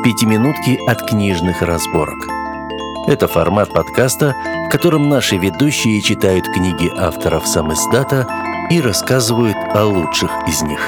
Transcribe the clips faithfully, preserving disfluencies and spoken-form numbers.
Пятиминутки от книжных разборок. Это формат подкаста, в котором наши ведущие читают книги авторов сам-издата и рассказывают о лучших из них.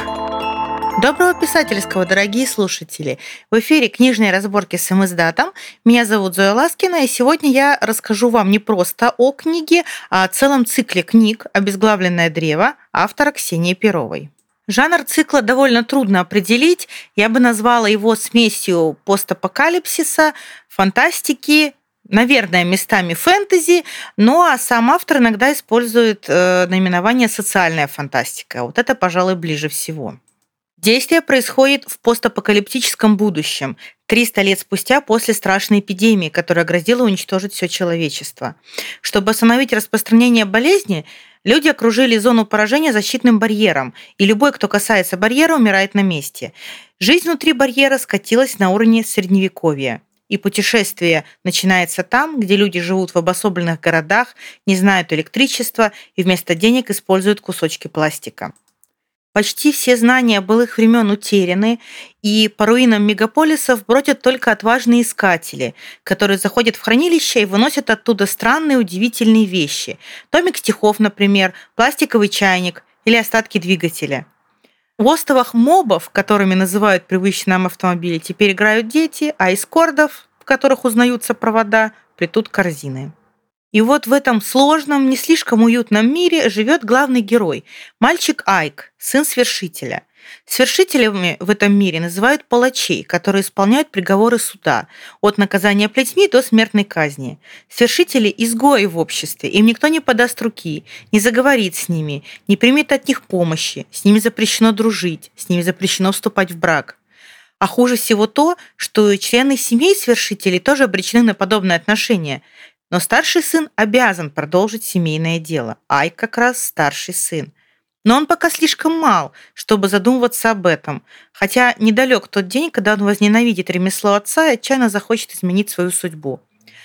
Доброго писательского, дорогие слушатели! В эфире книжные разборки с сам-издатом. Меня зовут Зоя Ласкина, и сегодня я расскажу вам не просто о книге, а о целом цикле книг «Обезглавленное древо» автора Ксении Перовой. Жанр цикла довольно трудно определить. Я бы назвала его смесью постапокалипсиса, фантастики, наверное, местами фэнтези, но сам автор иногда использует э, наименование «социальная фантастика». Вот это, пожалуй, ближе всего. Действие происходит в постапокалиптическом будущем, триста лет спустя после страшной эпидемии, которая грозила уничтожить все человечество. Чтобы остановить распространение болезни, люди окружили зону поражения защитным барьером, и любой, кто касается барьера, умирает на месте. Жизнь внутри барьера скатилась на уровне Средневековья. И путешествие начинается там, где люди живут в обособленных городах, не знают электричества и вместо денег используют кусочки пластика. Почти все знания былых времен утеряны, и по руинам мегаполисов бродят только отважные искатели, которые заходят в хранилище и выносят оттуда странные удивительные вещи. Томик стихов, например, пластиковый чайник или остатки двигателя. В остовах мобов, которыми называют привычные нам автомобили, теперь играют дети, а из кордов, в которых узнаются провода, плетут корзины. И вот в этом сложном, не слишком уютном мире живет главный герой – мальчик Айк, сын свершителя. Свершителями в этом мире называют палачей, которые исполняют приговоры суда, от наказания плетьми до смертной казни. Свершители – изгои в обществе, им никто не подаст руки, не заговорит с ними, не примет от них помощи, с ними запрещено дружить, с ними запрещено вступать в брак. А хуже всего то, что и члены семей свершителей тоже обречены на подобное отношение – но старший сын обязан продолжить семейное дело. Айк как раз старший сын. Но он пока слишком мал, чтобы задумываться об этом. Хотя недалек тот день, когда он возненавидит ремесло отца и отчаянно захочет изменить свою судьбу.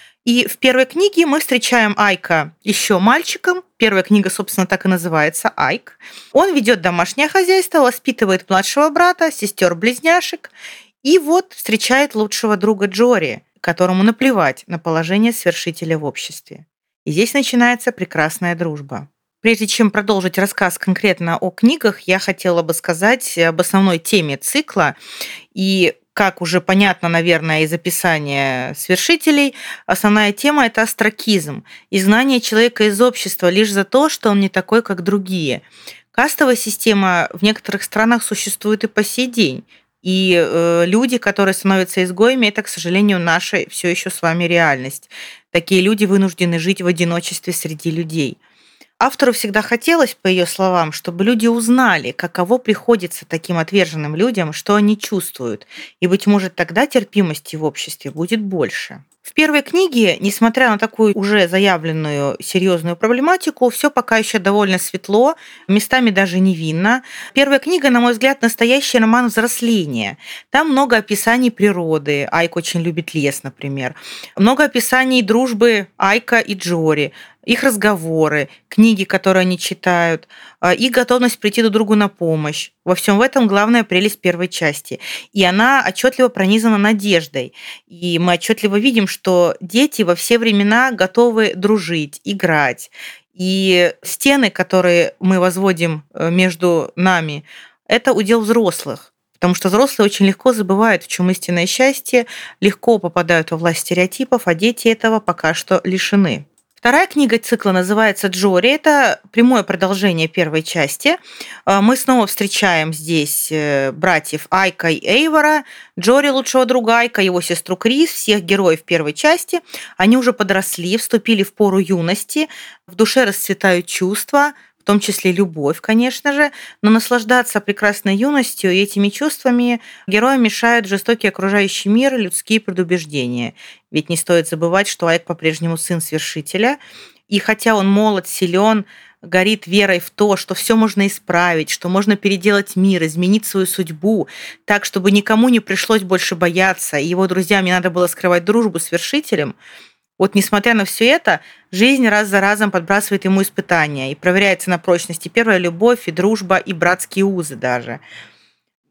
И в первой книге мы встречаем Айка еще мальчиком. Первая книга, собственно, так и называется «Айк». Он ведет домашнее хозяйство, воспитывает младшего брата, сестер-близняшек. И вот встречает лучшего друга Джори, которому наплевать на положение свершителя в обществе. И здесь начинается прекрасная дружба. Прежде чем продолжить рассказ конкретно о книгах, я хотела бы сказать об основной теме цикла. И, как уже понятно, наверное, из описания свершителей, основная тема – это остракизм, изгнание человека из общества лишь за то, что он не такой, как другие. Кастовая система в некоторых странах существует и по сей день. И э, люди, которые становятся изгоями, это, к сожалению, наша все еще с вами реальность. Такие люди вынуждены жить в одиночестве среди людей. Автору всегда хотелось, по ее словам, чтобы люди узнали, каково приходится таким отверженным людям, что они чувствуют. И, быть может, тогда терпимости в обществе будет больше. В первой книге, несмотря на такую уже заявленную серьезную проблематику, все пока еще довольно светло, местами даже невинно. Первая книга, на мой взгляд, настоящий роман взросления. Там много описаний природы. Айк очень любит лес, например. Много описаний дружбы Айка и Джори, их разговоры, книги, которые они читают, их готовность прийти друг другу на помощь. Во всем этом главная прелесть первой части. И она отчетливо пронизана надеждой. И мы отчетливо видим, что дети во все времена готовы дружить, играть. И стены, которые мы возводим между нами, это удел взрослых. Потому что взрослые очень легко забывают, в чем истинное счастье, легко попадают во власть стереотипов, а дети этого пока что лишены. Вторая книга цикла называется «Джори». Это прямое продолжение первой части. Мы снова встречаем здесь братьев Айка и Эйвора, Джори, лучшего друга Айка, его сестру Крис, всех героев первой части. Они уже подросли, вступили в пору юности, в душе расцветают чувства, в том числе любовь, конечно же, но наслаждаться прекрасной юностью и этими чувствами героям мешают жестокий окружающий мир и людские предубеждения. Ведь не стоит забывать, что Айк по-прежнему сын свершителя, и хотя он молод, силен, горит верой в то, что все можно исправить, что можно переделать мир, изменить свою судьбу, так, чтобы никому не пришлось больше бояться, и его друзьям не надо было скрывать дружбу с вершителем, вот несмотря на все это, жизнь раз за разом подбрасывает ему испытания и проверяется на прочность и первая любовь, и дружба, и братские узы даже.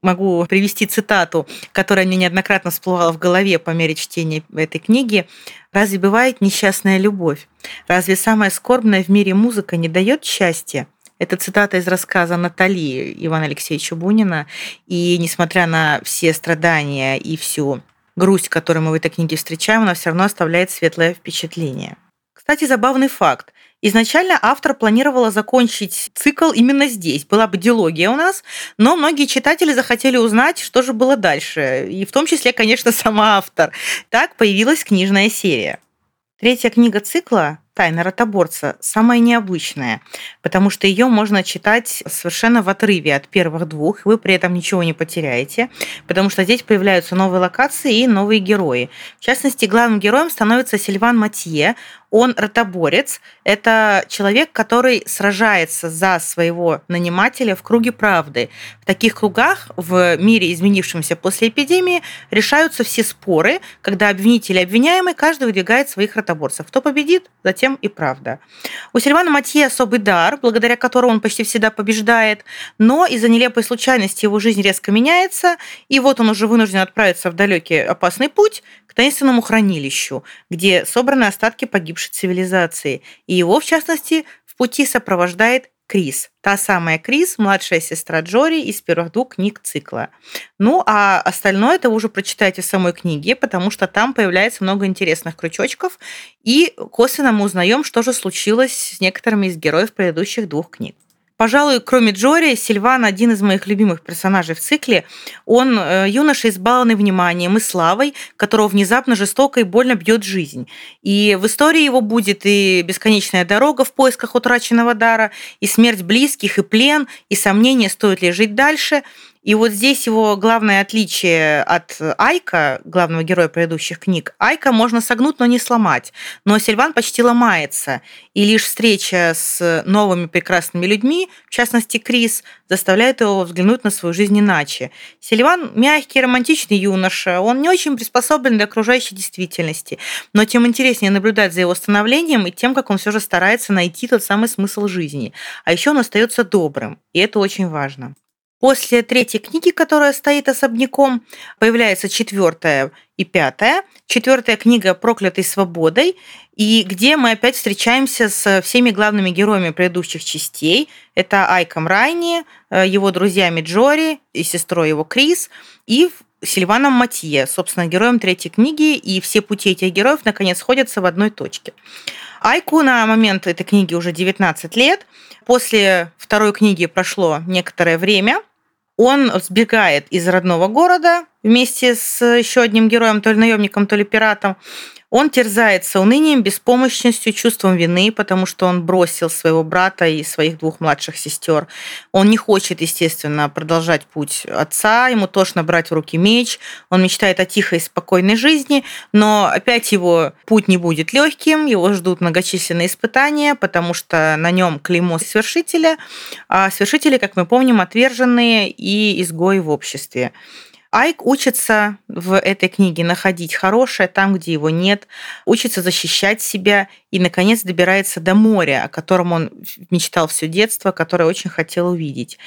могу привести цитату, которая мне неоднократно всплывала в голове по мере чтения этой книги. «Разве бывает несчастная любовь? Разве самая скорбная в мире музыка не дает счастья?» Это цитата из рассказа «Натали» Ивана Алексеевича Бунина. И несмотря на все страдания и всю грусть, которую мы в этой книге встречаем, она все равно оставляет светлое впечатление. Кстати, забавный факт. Изначально автор планировала закончить цикл именно здесь. Была бы дилогия у нас, но многие читатели захотели узнать, что же было дальше. И в том числе, конечно, сама автор. Так появилась книжная серия. Третья книга цикла «Тайна ротоборца» самая необычная, потому что ее можно читать совершенно в отрыве от первых двух, вы при этом ничего не потеряете, потому что здесь появляются новые локации и новые герои. В частности, главным героем становится Сильван Матье. Он ротоборец. Это человек, который сражается за своего нанимателя в круге правды. В таких кругах в мире, изменившемся после эпидемии, решаются все споры, когда обвинитель и обвиняемый каждый выдвигает своих ротоборцев. Кто победит, затем и правда. У Сильвана Матье особый дар, благодаря которому он почти всегда побеждает, но из-за нелепой случайности его жизнь резко меняется, и вот он уже вынужден отправиться в далекий опасный путь к таинственному хранилищу, где собраны остатки погибшей цивилизации. И его, в частности, в пути сопровождает Крис. Та самая Крис, младшая сестра Джори из первых двух книг цикла. Ну, а остальное это вы уже прочитаете в самой книге, потому что там появляется много интересных крючочков, и косвенно мы узнаем, что же случилось с некоторыми из героев предыдущих двух книг. Пожалуй, кроме Джори, Сильван один из моих любимых персонажей в цикле. Он юноша, избалованный вниманием и славой, которого внезапно жестоко и больно бьет жизнь. И в истории его будет и бесконечная дорога в поисках утраченного дара, и смерть близких, и плен, и сомнения, стоит ли жить дальше. И вот здесь его главное отличие от Айка, главного героя предыдущих книг. Айка можно согнуть, но не сломать. Но Сильван почти ломается. И лишь встреча с новыми прекрасными людьми, в частности Крис, заставляет его взглянуть на свою жизнь иначе. Сильван мягкий, романтичный юноша. Он не очень приспособлен для окружающей действительности. Но тем интереснее наблюдать за его становлением и тем, как он все же старается найти тот самый смысл жизни. А еще он остается добрым. И это очень важно. После третьей книги, которая стоит особняком, появляется четвертая и пятая. Четвертая книга «Проклятый свободой», и где мы опять встречаемся с всеми главными героями предыдущих частей. Это Айком Райни, его друзьями Джори и сестрой его Крис, и Сильваном Матье, собственно, героем третьей книги, и все пути этих героев, наконец, сходятся в одной точке. Айку на момент этой книги уже девятнадцать лет. После второй книги прошло некоторое время. Он сбегает из родного города вместе с еще одним героем, то ли наемником, то ли пиратом. Он терзается унынием, беспомощностью, чувством вины, потому что он бросил своего брата и своих двух младших сестер. Он не хочет, естественно, продолжать путь отца, ему тошно брать в руки меч, он мечтает о тихой и спокойной жизни, но опять его путь не будет легким, его ждут многочисленные испытания, потому что на нем клеймо свершителя, а свершители, как мы помним, отверженные и изгои в обществе. Айк учится в этой книге находить хорошее там, где его нет, учится защищать себя и, наконец, добирается до моря, о котором он мечтал все детство, которое очень хотел увидеть.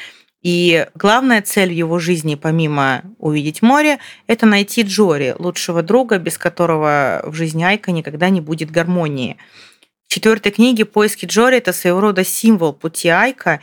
И главная цель в его жизни, помимо увидеть море, это найти Джори, лучшего друга, без которого в жизни Айка никогда не будет гармонии. В четвертой книге «Поиски Джори» — это своего рода символ пути Айка.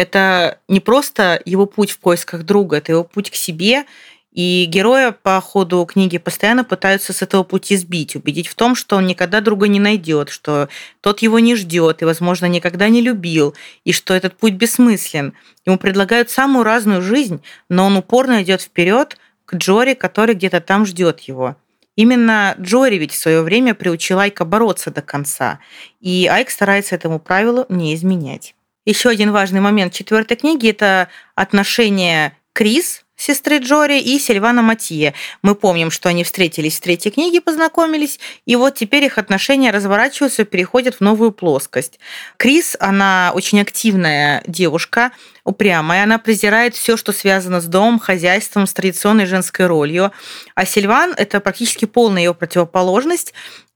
Это не просто его путь в поисках друга, это его путь к себе. И героя по ходу книги постоянно пытаются с этого пути сбить, убедить в том, что он никогда друга не найдет, что тот его не ждет и, возможно, никогда не любил, и что этот путь бессмыслен. Ему предлагают самую разную жизнь, но он упорно идет вперед к Джори, который где-то там ждет его. Именно Джори ведь в свое время приучил Айка бороться до конца, и Айк старается этому правилу не изменять. Еще один важный момент четвертой книги – это отношения Крис, сестры Джори, и Сильвана Матье. Мы помним, что они встретились в третьей книге, познакомились, и вот теперь их отношения разворачиваются, переходят в новую плоскость. Крис, она очень активная девушка, упрямая, она презирает все, что связано с домом, хозяйством, с традиционной женской ролью. А Сильван – это практически полная ее противоположность,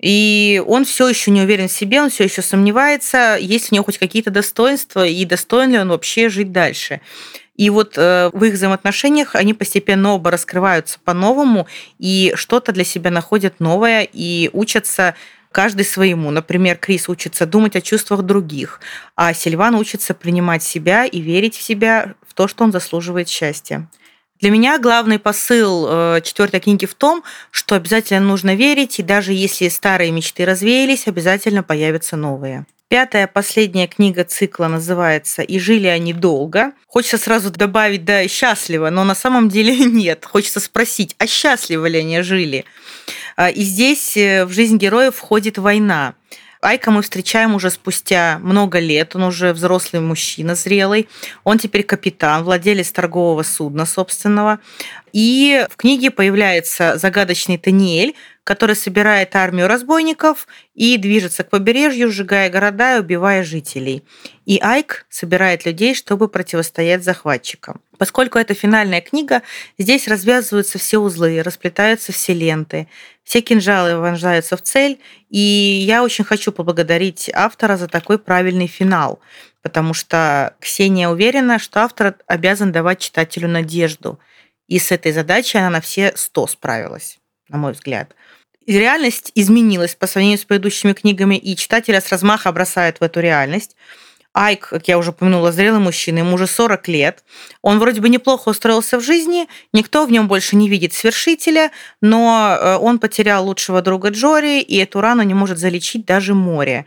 и он все еще не уверен в себе, он все еще сомневается, есть ли у него хоть какие-то достоинства, и достоин ли он вообще жить дальше. И вот э, в их взаимоотношениях они постепенно оба раскрываются по-новому и что-то для себя находят новое и учатся каждый своему. Например, Крис учится думать о чувствах других, а Сильван учится принимать себя и верить в себя, в то, что он заслуживает счастья. Для меня главный посыл э, четвертой книги в том, что обязательно нужно верить, и даже если старые мечты развеялись, обязательно появятся новые. Пятая, последняя книга цикла называется «И жили они долго». Хочется сразу добавить «да, счастливо», но на самом деле нет. Хочется спросить, а счастливо ли они жили? И здесь в жизнь героев входит война. Айка мы встречаем уже спустя много лет, он уже взрослый мужчина, зрелый. Он теперь капитан, владелец торгового судна собственного. И в книге появляется загадочный Таниэль, который собирает армию разбойников и движется к побережью, сжигая города и убивая жителей. И Айк собирает людей, чтобы противостоять захватчикам. Поскольку это финальная книга, здесь развязываются все узлы, расплетаются все ленты, все кинжалы вонзаются в цель, и я очень хочу поблагодарить автора за такой правильный финал, потому что Ксения уверена, что автор обязан давать читателю надежду, и с этой задачей она на все сто справилась, на мой взгляд. И реальность изменилась по сравнению с предыдущими книгами, и читателя с размаха бросает в эту реальность. Айк, как я уже упомянула, зрелый мужчина, ему уже сорок лет. Он вроде бы неплохо устроился в жизни, никто в нем больше не видит свершителя, но он потерял лучшего друга Джори, и эту рану не может залечить даже море.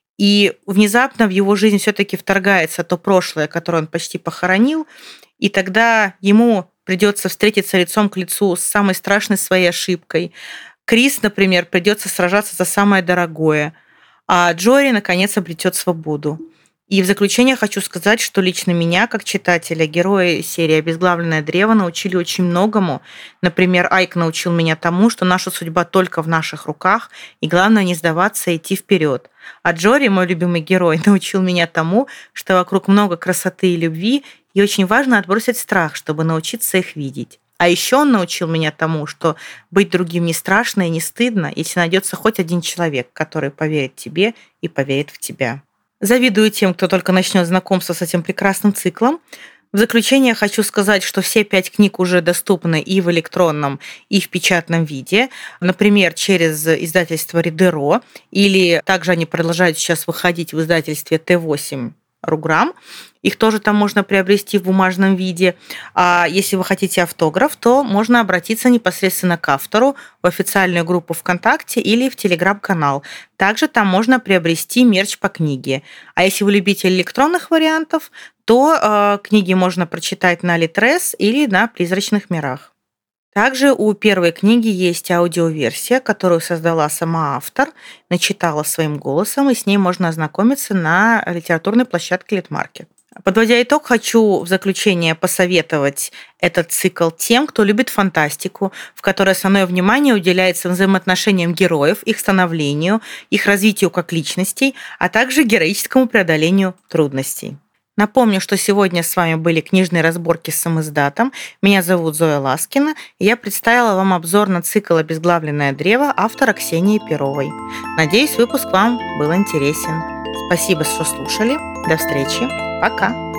И внезапно в его жизнь все-таки вторгается то прошлое, которое он почти похоронил, и тогда ему придется встретиться лицом к лицу с самой страшной своей ошибкой. Крис, например, придется сражаться за самое дорогое, а Джори, наконец, обретет свободу. И в заключение хочу сказать, что лично меня, как читателя, герои серии «Обезглавленное древо» научили очень многому. Например, Айк научил меня тому, что наша судьба только в наших руках, и главное не сдаваться и идти вперед. А Джори, мой любимый герой, научил меня тому, что вокруг много красоты и любви, и очень важно отбросить страх, чтобы научиться их видеть. А еще он научил меня тому, что быть другим не страшно и не стыдно, если найдется хоть один человек, который поверит тебе и поверит в тебя. Завидую тем, кто только начнет знакомство с этим прекрасным циклом. В заключение хочу сказать, что все пять книг уже доступны и в электронном, и в печатном виде. Например, через издательство Ридеро, или также они продолжают сейчас выходить в издательстве Т восемь Руграм. Их тоже там можно приобрести в бумажном виде. А если вы хотите автограф, то можно обратиться непосредственно к автору в официальную группу ВКонтакте или в Телеграм-канал. Также там можно приобрести мерч по книге. А если вы любитель электронных вариантов, то э, книги можно прочитать на Литрес или на Призрачных мирах. Также у первой книги есть аудиоверсия, которую создала сама автор, начитала своим голосом, и с ней можно ознакомиться на литературной площадке Литмаркет. Подводя итог, хочу в заключение посоветовать этот цикл тем, кто любит фантастику, в которой основное внимание уделяется взаимоотношениям героев, их становлению, их развитию как личностей, а также героическому преодолению трудностей. Напомню, что сегодня с вами были книжные разборки с самиздатом. Меня зовут Зоя Ласкина, и я представила вам обзор на цикл «Обезглавленное древо» автора Ксении Перовой. Надеюсь, выпуск вам был интересен. Спасибо, что слушали. До встречи. Пока.